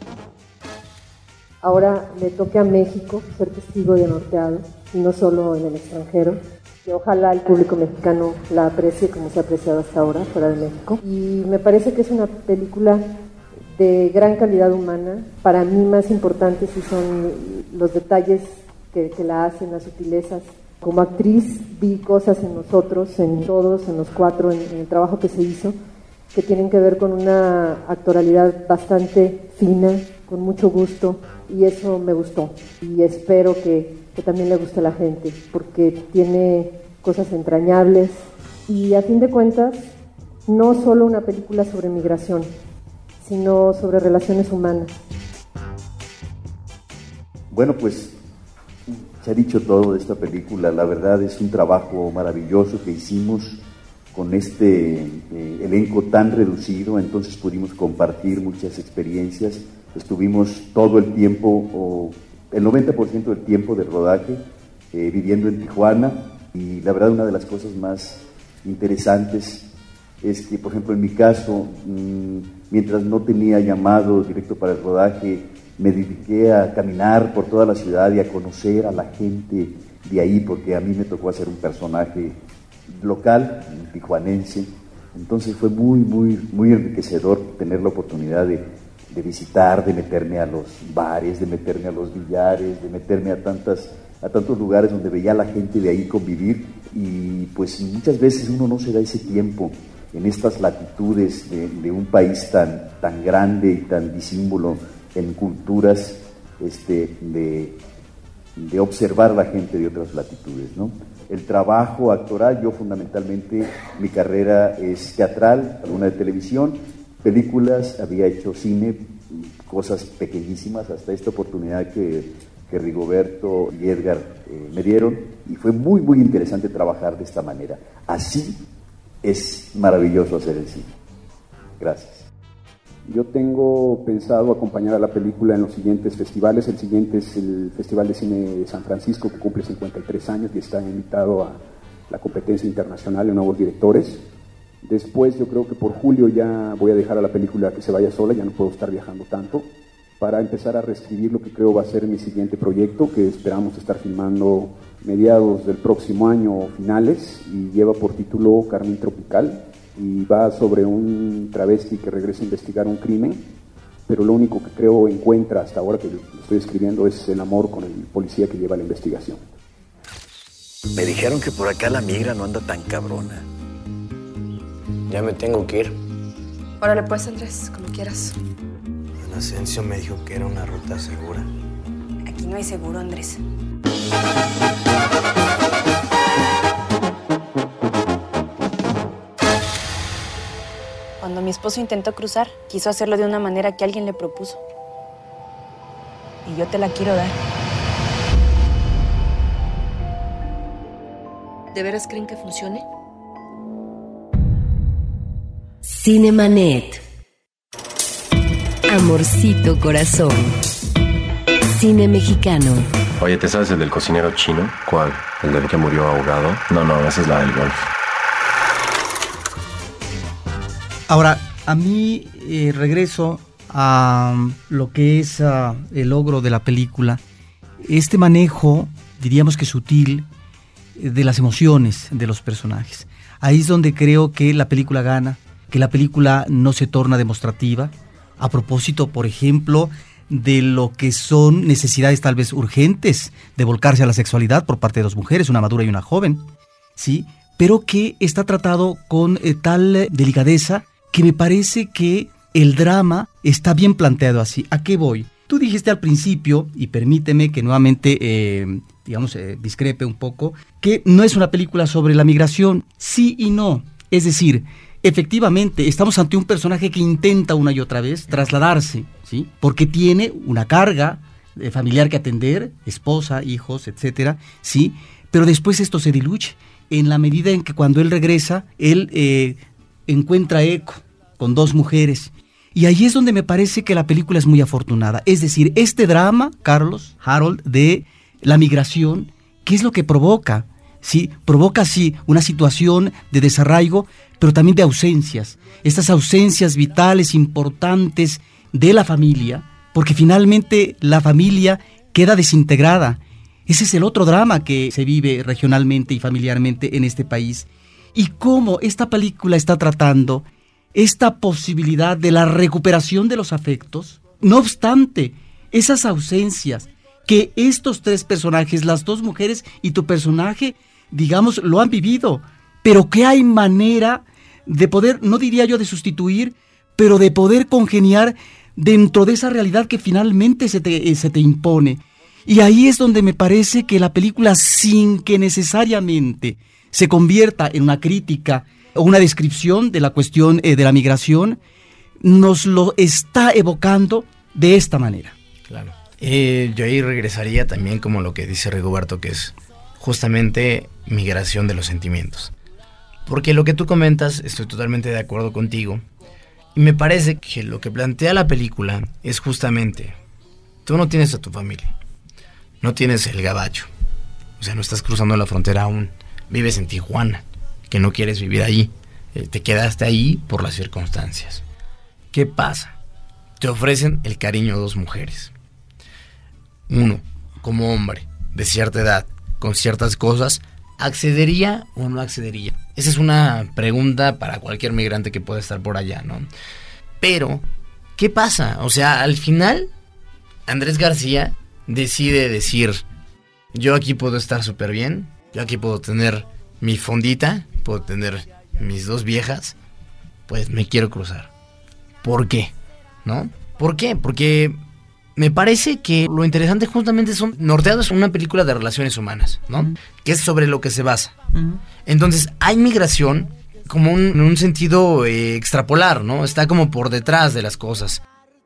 [SPEAKER 12] Ahora le toque a México ser testigo de Norteado, y no solo en el extranjero. Y ojalá el público mexicano la aprecie como se ha apreciado hasta ahora, fuera de México. Y me parece que es una película de gran calidad humana. Para mí más importantes sí son los detalles que, que la hacen, las sutilezas. Como actriz vi cosas en nosotros, en todos, en los cuatro, en, en el trabajo que se hizo, que tienen que ver con una actoralidad bastante fina, con mucho gusto, y eso me gustó. Y espero que, que también le guste a la gente, porque tiene cosas entrañables y, a fin de cuentas, no solo una película sobre migración, sino sobre relaciones humanas.
[SPEAKER 6] Bueno, pues se ha dicho todo de esta película. La verdad es un trabajo maravilloso que hicimos con este eh, elenco tan reducido, entonces pudimos compartir muchas experiencias. Estuvimos todo el tiempo, o el noventa por ciento del tiempo del rodaje, eh, viviendo en Tijuana, y la verdad una de las cosas más interesantes es que, por ejemplo, en mi caso, mmm, mientras no tenía llamado directo para el rodaje, me dediqué a caminar por toda la ciudad y a conocer a la gente de ahí, porque a mí me tocó hacer un personaje local, tijuanense. Entonces fue muy, muy, muy enriquecedor tener la oportunidad de, de visitar, de meterme a los bares, de meterme a los billares, de meterme a tantas, a tantos lugares donde veía a la gente de ahí convivir, y pues muchas veces uno no se da ese tiempo en estas latitudes de, de un país tan, tan grande y tan disímbolo en culturas, este, de, de observar a la gente de otras latitudes, ¿no? El trabajo actoral, yo fundamentalmente, mi carrera es teatral, alguna de televisión, películas, había hecho cine, cosas pequeñísimas, hasta esta oportunidad que, que Rigoberto y Edgar eh, me dieron, y fue muy, muy interesante trabajar de esta manera. Así es maravilloso hacer el cine. Gracias.
[SPEAKER 10] Yo tengo pensado acompañar a la película en los siguientes festivales. El siguiente es el Festival de Cine de San Francisco, que cumple cincuenta y tres años y está invitado a la competencia internacional de nuevos directores. Después, yo creo que por julio ya voy a dejar a la película que se vaya sola, ya no puedo estar viajando tanto, para empezar a reescribir lo que creo va a ser mi siguiente proyecto, que esperamos estar filmando mediados del próximo año o finales, y lleva por título Carmín Tropical, y va sobre un travesti que regresa a investigar un crimen, pero lo único que creo encuentra hasta ahora que lo estoy escribiendo es el amor con el policía que lleva la investigación.
[SPEAKER 13] Me dijeron que por acá la migra no anda tan cabrona.
[SPEAKER 5] Ya me tengo que ir.
[SPEAKER 7] Órale pues, Andrés, como quieras.
[SPEAKER 5] El Asensio me dijo que era una ruta segura.
[SPEAKER 7] Aquí no hay seguro, Andrés. Cuando mi esposo intentó cruzar, quiso hacerlo de una manera que alguien le propuso. Y yo te la quiero dar. ¿De veras creen que funcione?
[SPEAKER 2] Cinemanet. Amorcito corazón. Cine mexicano.
[SPEAKER 14] Oye, ¿te sabes el del cocinero chino? ¿Cuál? ¿El del que murió ahogado? No, no, esa es la del golf.
[SPEAKER 3] Ahora, a mí eh, regreso a um, lo que es uh, el logro de la película. este manejo, diríamos que sutil, de las emociones de los personajes. Ahí es donde creo que la película gana, que la película no se torna demostrativa, a propósito, por ejemplo, de lo que son necesidades tal vez urgentes de volcarse a la sexualidad por parte de dos mujeres, una madura y una joven, ¿sí? Pero que está tratado con eh, tal delicadeza que me parece que el drama está bien planteado así. ¿A qué voy? Tú dijiste al principio, y permíteme que nuevamente, eh, digamos, eh, discrepe un poco, que no es una película sobre la migración, sí y no. Es decir, efectivamente, estamos ante un personaje que intenta una y otra vez trasladarse, ¿sí? Porque tiene una carga eh, familiar que atender, esposa, hijos, etcétera, ¿sí? Pero después esto se diluye en la medida en que cuando él regresa, él eh, encuentra eco con dos mujeres. Y ahí es donde me parece que la película es muy afortunada. Es decir, este drama, Carlos, Harold, de la migración, ¿qué es lo que provoca? ¿Sí? Provoca, sí, una situación de desarraigo, pero también de ausencias. Estas ausencias vitales, importantes de la familia, porque finalmente la familia queda desintegrada. Ese es el otro drama que se vive regionalmente y familiarmente en este país. Y cómo esta película está tratando esta posibilidad de la recuperación de los afectos, no obstante, esas ausencias que estos tres personajes, las dos mujeres y tu personaje, digamos, lo han vivido, pero que hay manera de poder, no diría yo de sustituir, pero de poder congeniar dentro de esa realidad que finalmente se te, se te impone. Y ahí es donde me parece que la película, sin que necesariamente se convierta en una crítica o una descripción de la cuestión eh, de la migración, nos lo está evocando de esta manera.
[SPEAKER 4] Claro. Eh, yo ahí regresaría también como lo que dice Rigoberto, que es justamente migración de los sentimientos. Porque lo que tú comentas, estoy totalmente de acuerdo contigo, y me parece que lo que plantea la película es justamente, tú no tienes a tu familia, no tienes el gabacho, o sea, no estás cruzando la frontera aún, vives en Tijuana, que no quieres vivir ahí, eh, te quedaste ahí por las circunstancias. ¿Qué pasa? Te ofrecen el cariño de dos mujeres. Uno, como hombre, de cierta edad, con ciertas cosas, ¿accedería o no accedería? Esa es una pregunta para cualquier migrante que pueda estar por allá, ¿no? Pero, ¿qué pasa? O sea, al final, Andrés García decide decir, yo aquí puedo estar súper bien, yo aquí puedo tener mi fondita, puedo tener mis dos viejas, pues me quiero cruzar. ¿Por qué? ¿No? ¿Por qué? Porque me parece que lo interesante justamente son... Norteado es una película de relaciones humanas, ¿no? Uh-huh. Que es sobre lo que se basa. Uh-huh. Entonces, hay migración como un, en un sentido eh, extrapolar, ¿no? Está como por detrás de las cosas.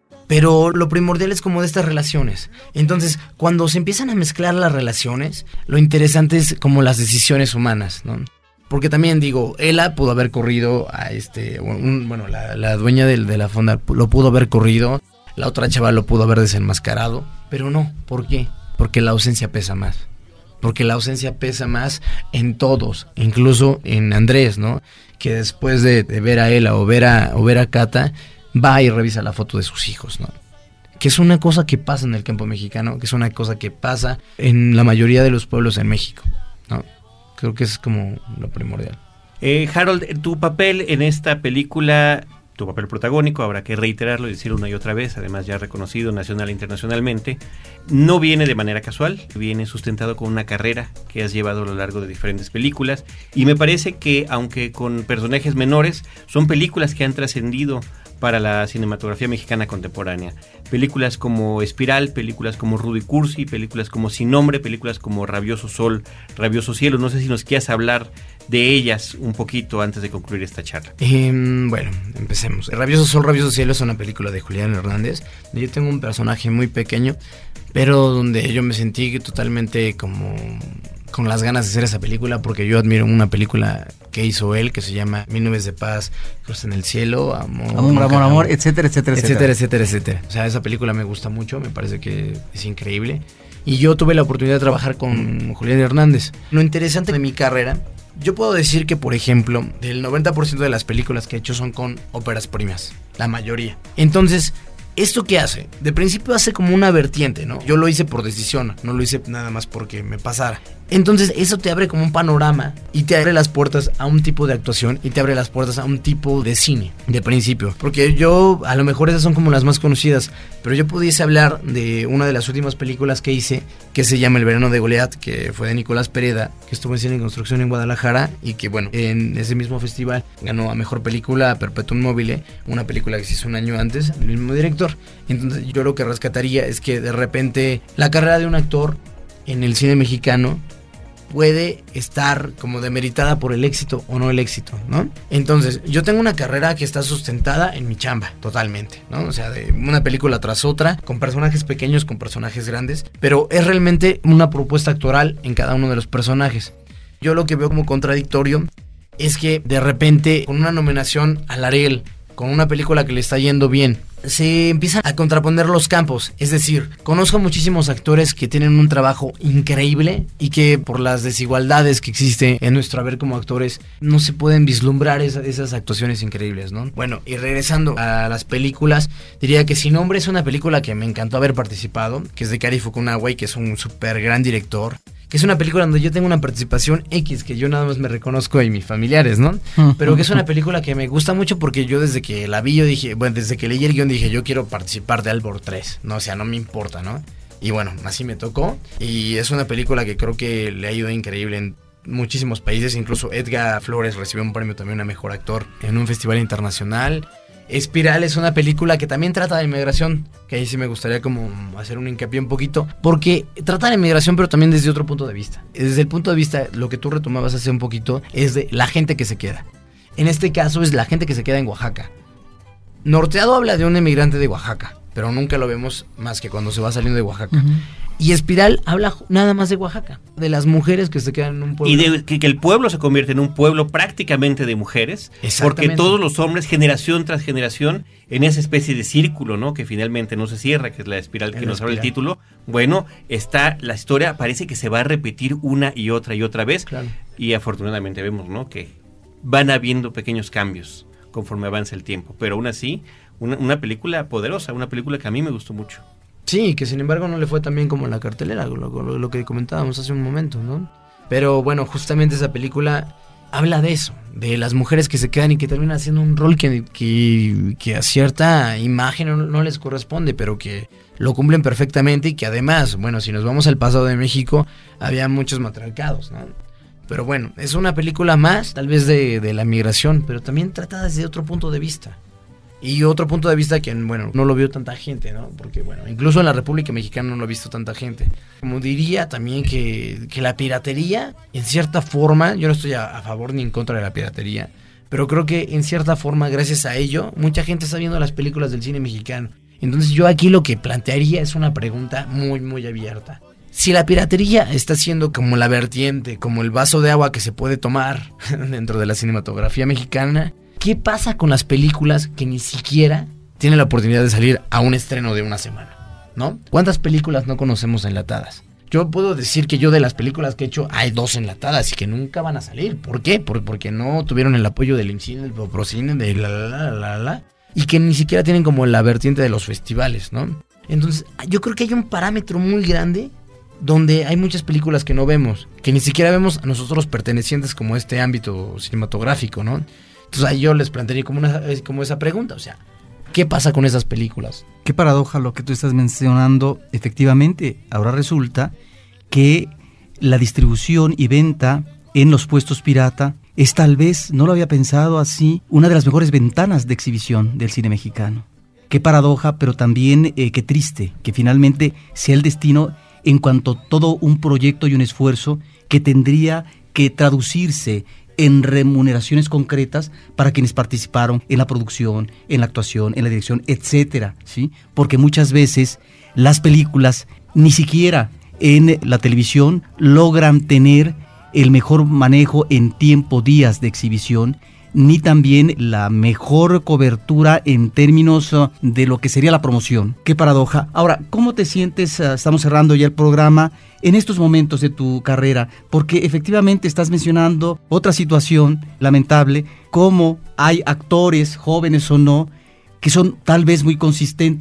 [SPEAKER 4] Pero lo primordial es como de estas relaciones. Entonces, cuando se empiezan a mezclar las relaciones, lo interesante es como las decisiones humanas, ¿no? Porque también digo, Ela pudo haber corrido a este... Un, bueno, la, la dueña de, de la fonda lo pudo haber corrido, la otra chava lo pudo haber desenmascarado, pero no. ¿Por qué? Porque la ausencia pesa más. Porque la ausencia pesa más en todos, incluso en Andrés, ¿no? Que después de, de ver a Ela o ver a, o ver a Cata, va y revisa la foto de sus hijos, ¿no? Que es una cosa que pasa en el campo mexicano, que es una cosa que pasa en la mayoría de los pueblos en México, ¿no? Creo que es como lo primordial.
[SPEAKER 1] Eh, Harold, tu papel en esta película, tu papel protagónico, habrá que reiterarlo y decirlo una y otra vez, además ya reconocido nacional e internacionalmente, no viene de manera casual, viene sustentado con una carrera que has llevado a lo largo de diferentes películas, y me parece que, aunque con personajes menores, son películas que han trascendido para la cinematografía mexicana contemporánea. Películas como Espiral, películas como Rudo y Cursi, películas como Sin Nombre, películas como Rabioso Sol, Rabioso Cielo. No sé si nos quieras hablar de ellas un poquito antes de concluir esta charla.
[SPEAKER 4] Eh, bueno, empecemos. Rabioso Sol, Rabioso Cielo es una película de Julián Hernández. Yo tengo un personaje muy pequeño, pero donde yo me sentí totalmente como con las ganas de hacer esa película, porque yo admiro una película que hizo él, que se llama Mil nubes de paz cruzan el cielo, amor,
[SPEAKER 3] amor, amor, amor, amor, etcétera, etcétera,
[SPEAKER 4] etcétera, etcétera, etcétera. O sea, esa película me gusta mucho, me parece que es increíble. Y yo tuve la oportunidad de trabajar con Julián Hernández. Lo interesante de mi carrera, yo puedo decir que, por ejemplo, del noventa por ciento de las películas que he hecho son con óperas primas, la mayoría. Entonces, ¿Esto qué hace? De principio hace como una vertiente, ¿no? Yo lo hice por decisión, no lo hice nada más porque me pasara. Entonces eso te abre como un panorama y te abre las puertas a un tipo de actuación y te abre las puertas a un tipo de cine, de principio. Porque yo, a lo mejor esas son como las más conocidas, pero yo pudiese hablar de una de las últimas películas que hice, que se llama El verano de Goliat, que fue de Nicolás Pereda, que estuvo en Cine en Construcción en Guadalajara y que, bueno, en ese mismo festival ganó a Mejor Película Perpetuum Mobile, una película que se hizo un año antes, el mismo director. Entonces yo lo que rescataría es que de repente la carrera de un actor en el cine mexicano puede estar como demeritada por el éxito o no el éxito, ¿no? Entonces, yo tengo una carrera que está sustentada en mi chamba, totalmente, ¿no? O sea, de una película tras otra, con personajes pequeños, con personajes grandes, pero es realmente una propuesta actoral en cada uno de los personajes. Yo lo que veo como contradictorio es que de repente, con una nominación al Ariel, con una película que le está yendo bien, se empiezan a contraponer los campos. Es decir, conozco muchísimos actores que tienen un trabajo increíble y que por las desigualdades que existe en nuestro haber como actores no se pueden vislumbrar esa, esas actuaciones increíbles, ¿no? Bueno, y regresando a las películas, diría que Sin Nombre es una película que me encantó haber participado, que es de Cary Fukunaga, que es un súper gran director, que es una película donde yo tengo una participación X, que yo nada más me reconozco y mis familiares, ¿no? Pero que es una película que me gusta mucho porque yo desde que la vi, yo dije, bueno, desde que leí el guión dije, yo quiero participar de Albor tres, ¿no? O sea, no me importa, ¿no? Y bueno, así me tocó, y es una película que creo que le ha ido increíble en muchísimos países, incluso Edgar Flores recibió un premio también a Mejor Actor en un festival internacional. Espiral es una película que también trata de inmigración, que ahí sí me gustaría como hacer un hincapié un poquito, porque trata de inmigración pero también desde otro punto de vista. Desde el punto de vista, lo que tú retomabas hace un poquito, es de la gente que se queda. En este caso es la gente que se queda en Oaxaca. Norteado habla de un emigrante de Oaxaca, pero nunca lo vemos más que cuando se va saliendo de Oaxaca. Uh-huh. Y Espiral habla nada más de Oaxaca, de las mujeres que se quedan en un pueblo.
[SPEAKER 1] Y de que, que el pueblo se convierte en un pueblo prácticamente de mujeres, porque todos los hombres, generación tras generación, en esa especie de círculo, ¿no? Que finalmente no se cierra, que es la espiral que nos habla el título. Bueno, está la historia, parece que se va a repetir una y otra y otra vez. Claro. Y afortunadamente vemos, ¿no? Que van habiendo pequeños cambios conforme avanza el tiempo. Pero aún así, una, una película poderosa, una película que a mí me gustó mucho.
[SPEAKER 4] Sí, que sin embargo no le fue tan bien como en la cartelera, lo, lo, lo que comentábamos hace un momento, ¿no? Pero bueno, justamente esa película habla de eso, de las mujeres que se quedan y que terminan haciendo un rol que, que, que a cierta imagen no, no les corresponde, pero que lo cumplen perfectamente y que además, bueno, si nos vamos al pasado de México, había muchos matriarcados, ¿no? Pero bueno, es una película más, tal vez de, de la migración, pero también trata desde otro punto de vista. Y otro punto de vista que, bueno, no lo vio tanta gente, ¿no? Porque, bueno, incluso en la República Mexicana no lo ha visto tanta gente. Como diría también que, que la piratería, en cierta forma, yo no estoy a, a favor ni en contra de la piratería, pero creo que en cierta forma, gracias a ello, mucha gente está viendo las películas del cine mexicano. Entonces yo aquí lo que plantearía es una pregunta muy, muy abierta. Si la piratería está siendo como la vertiente, como el vaso de agua que se puede tomar dentro de la cinematografía mexicana, ¿qué pasa con las películas que ni siquiera tienen la oportunidad de salir a un estreno de una semana? ¿No? ¿Cuántas películas no conocemos enlatadas? Yo puedo decir que yo de las películas que he hecho hay dos enlatadas y que nunca van a salir. ¿Por qué? Por, porque no tuvieron el apoyo del IMCINE, del Poprocine, de la la la la la, y que ni siquiera tienen como la vertiente de los festivales, ¿no? Entonces, yo creo que hay un parámetro muy grande donde hay muchas películas que no vemos, que ni siquiera vemos a nosotros pertenecientes como a este ámbito cinematográfico, ¿no? Entonces ahí yo les plantearía como, una, como esa pregunta, o sea, ¿qué pasa con esas películas?
[SPEAKER 3] Qué paradoja lo que tú estás mencionando. Efectivamente, ahora resulta que la distribución y venta en los puestos pirata es tal vez, no lo había pensado así, una de las mejores ventanas de exhibición del cine mexicano. Qué paradoja, pero también eh, qué triste que finalmente sea el destino en cuanto a todo un proyecto y un esfuerzo que tendría que traducirse en remuneraciones concretas para quienes participaron en la producción, en la actuación, en la dirección, etcétera, ¿sí? Porque muchas veces las películas ni siquiera en la televisión logran tener el mejor manejo en tiempo, días de exhibición, ni también la mejor cobertura en términos uh, de lo que sería la promoción. Qué paradoja. Ahora, ¿cómo te sientes? Uh, estamos cerrando ya el programa en estos momentos de tu carrera, porque efectivamente estás mencionando otra situación lamentable, como hay actores, jóvenes o no, que son tal vez muy consistentes,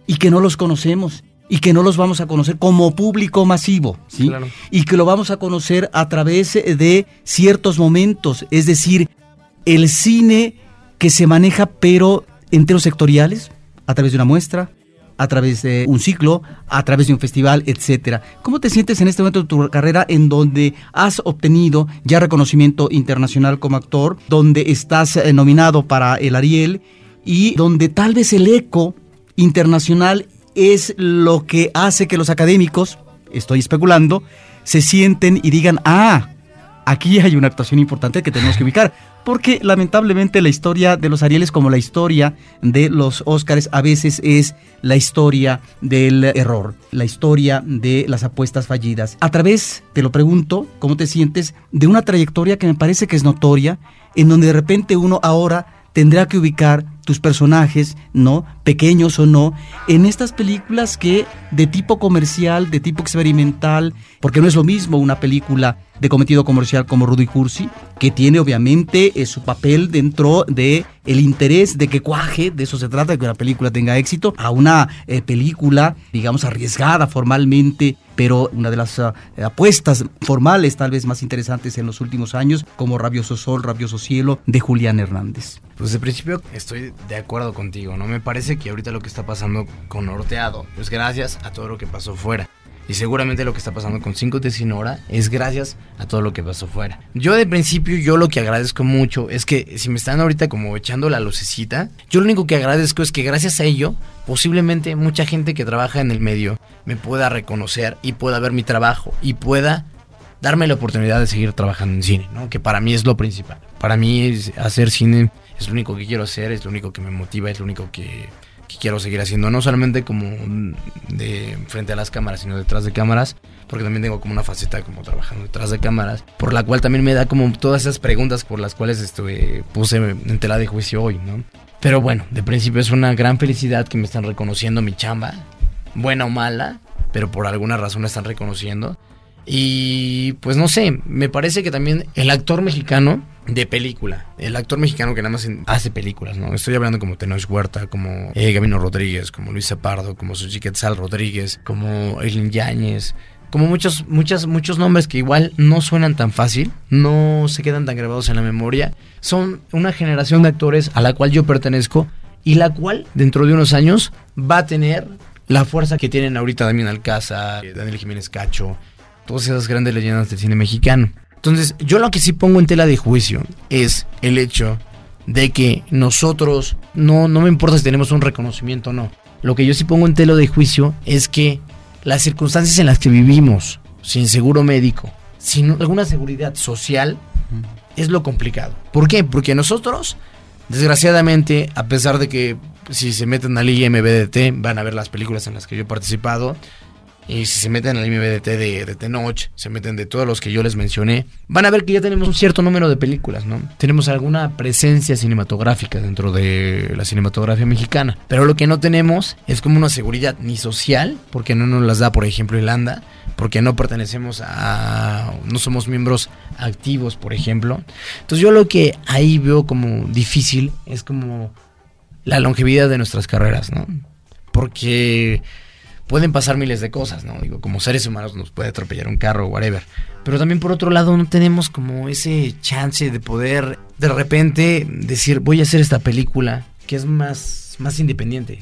[SPEAKER 3] y que no los conocemos y que no los vamos a conocer como público masivo, ¿sí?
[SPEAKER 4] Claro.
[SPEAKER 3] Y que lo vamos a conocer a través de ciertos momentos, es decir, el cine que se maneja pero en enteros sectoriales, a través de una muestra, a través de un ciclo, a través de un festival, etcétera. ¿Cómo te sientes en este momento de tu carrera en donde has obtenido ya reconocimiento internacional como actor, donde estás eh, nominado para el Ariel y donde tal vez el eco internacional es lo que hace que los académicos, estoy especulando, se sienten y digan, ah, aquí hay una actuación importante que tenemos que ubicar? Porque lamentablemente la historia de los Arieles, como la historia de los Óscares, a veces es la historia del error, la historia de las apuestas fallidas. A través, te lo pregunto, ¿cómo te sientes de una trayectoria que me parece que es notoria, en donde de repente uno ahora tendrá que ubicar tus personajes, ¿no?, pequeños o no, en estas películas que de tipo comercial, de tipo experimental, porque no es lo mismo una película de cometido comercial como Rudo y Cursi, que tiene obviamente eh, su papel dentro de el interés de que cuaje, de eso se trata, de que una película tenga éxito, a una eh, película, digamos, arriesgada formalmente, pero una de las uh, apuestas formales tal vez más interesantes en los últimos años, como Rabioso Sol, Rabioso Cielo, de Julián Hernández.
[SPEAKER 4] Pues de principio estoy de acuerdo contigo, ¿no? Me parece que ahorita lo que está pasando con Norteado, pues gracias a todo lo que pasó fuera. Y seguramente lo que está pasando con Cinco de Sinora es gracias a todo lo que pasó fuera. Yo de principio, yo lo que agradezco mucho es que si me están ahorita como echando la lucecita, yo lo único que agradezco es que gracias a ello, posiblemente mucha gente que trabaja en el medio me pueda reconocer y pueda ver mi trabajo y pueda darme la oportunidad de seguir trabajando en cine, ¿no? Que para mí es lo principal. Para mí es hacer cine es lo único que quiero hacer, es lo único que me motiva, es lo único que... que quiero seguir haciendo, no solamente como de frente a las cámaras, sino detrás de cámaras, porque también tengo como una faceta como trabajando detrás de cámaras, por la cual también me da como todas esas preguntas por las cuales estuve, puse en tela de juicio hoy, ¿no? Pero bueno, de principio es una gran felicidad que me están reconociendo mi chamba, buena o mala, pero por alguna razón me están reconociendo. Y pues no sé, me parece que también el actor mexicano de película, el actor mexicano que nada más hace películas, ¿no? Estoy hablando como Tenoch Huerta, como eh, Gabino Rodríguez, como Luis Pardo, como Suchi Quetzal Rodríguez, como Eileen Yáñez, como muchos, muchas, muchos nombres que igual no suenan tan fácil, no se quedan tan grabados en la memoria. Son una generación de actores a la cual yo pertenezco y la cual dentro de unos años va a tener la fuerza que tienen ahorita Damián Alcázar, Daniel Jiménez Cacho, todas esas grandes leyendas del cine mexicano. Entonces, yo lo que sí pongo en tela de juicio es el hecho de que nosotros, no, no me importa si tenemos un reconocimiento o no, lo que yo sí pongo en tela de juicio es que las circunstancias en las que vivimos, sin seguro médico, sin alguna seguridad social, es lo complicado. ¿Por qué? Porque nosotros, desgraciadamente, a pesar de que si se meten al I M B D T, van a ver las películas en las que yo he participado. Y si se meten al I M B D T de, de Tenoch, se meten de todos los que yo les mencioné, van a ver que ya tenemos un cierto número de películas, ¿no? Tenemos alguna presencia cinematográfica dentro de la cinematografía mexicana. Pero lo que no tenemos es como una seguridad ni social, porque no nos las da, por ejemplo, Irlanda, porque no pertenecemos a... no somos miembros activos, por ejemplo. Entonces yo lo que ahí veo como difícil es como la longevidad de nuestras carreras, ¿no? Porque... pueden pasar miles de cosas, ¿no? Digo, como seres humanos nos puede atropellar un carro o whatever. Pero también por otro lado no tenemos como ese chance de poder de repente decir, voy a hacer esta película que es más, más independiente.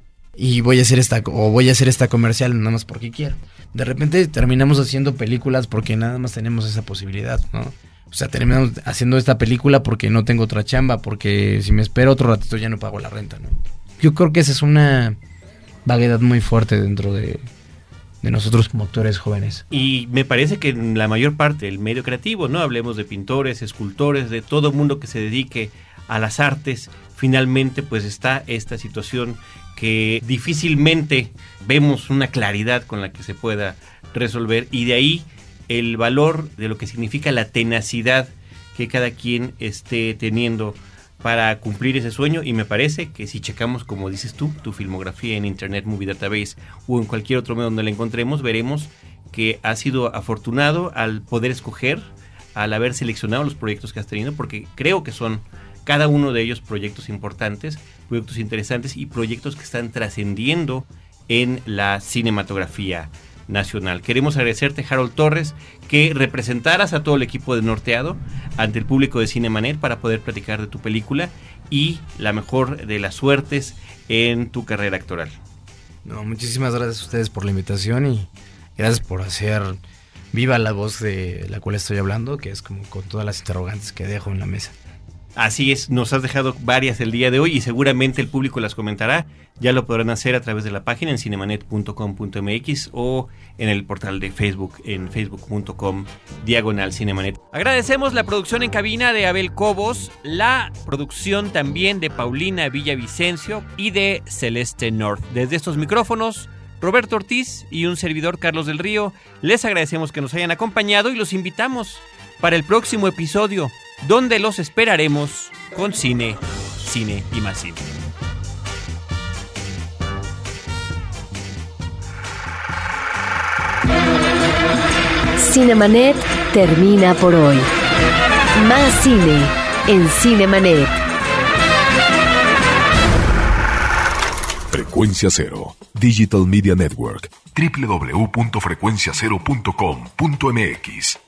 [SPEAKER 4] Y voy a hacer esta, o voy a hacer esta comercial nada más porque quiero. De repente terminamos haciendo películas porque nada más tenemos esa posibilidad, ¿no? O sea, terminamos haciendo esta película porque no tengo otra chamba, porque si me espero otro ratito ya no pago la renta, ¿no? Yo creo que esa es una... vaguedad muy fuerte dentro de, de nosotros como actores jóvenes.
[SPEAKER 1] Y me parece que en la mayor parte del medio creativo, ¿no? Hablemos de pintores, escultores, de todo mundo que se dedique a las artes, finalmente pues está esta situación que difícilmente vemos una claridad con la que se pueda resolver, y de ahí el valor de lo que significa la tenacidad que cada quien esté teniendo para cumplir ese sueño. Y me parece que si checamos, como dices tú, tu filmografía en Internet Movie Database o en cualquier otro medio donde la encontremos, veremos que has sido afortunado al poder escoger, al haber seleccionado los proyectos que has tenido, porque creo que son cada uno de ellos proyectos importantes, proyectos interesantes y proyectos que están trascendiendo en la cinematografía nacional. Queremos agradecerte, Harold Torres, que representaras a todo el equipo de Norteado ante el público de Cinemanet para poder platicar de tu película y la mejor de las suertes en tu carrera actoral.
[SPEAKER 4] No, muchísimas gracias a ustedes por la invitación y gracias por hacer viva la voz de la cual estoy hablando, que es como con todas las interrogantes que dejo en la mesa.
[SPEAKER 1] Así es, nos has dejado varias el día de hoy y seguramente el público las comentará. Ya lo podrán hacer a través de la página en cinemanet punto com punto m x o en el portal de Facebook en facebook punto com diagonal Cinemanet. Agradecemos la producción en cabina de Abel Cobos, la producción también de Paulina Villavicencio y de Celeste North. Desde estos micrófonos, Roberto Ortiz y un servidor, Carlos del Río, les agradecemos que nos hayan acompañado y los invitamos para el próximo episodio, donde los esperaremos con cine, cine y más cine.
[SPEAKER 2] Cinemanet termina por hoy. Más cine en Cinemanet.
[SPEAKER 15] Frecuencia Cero, Digital Media Network, doble u doble u doble u punto frecuencia cero punto com punto m x.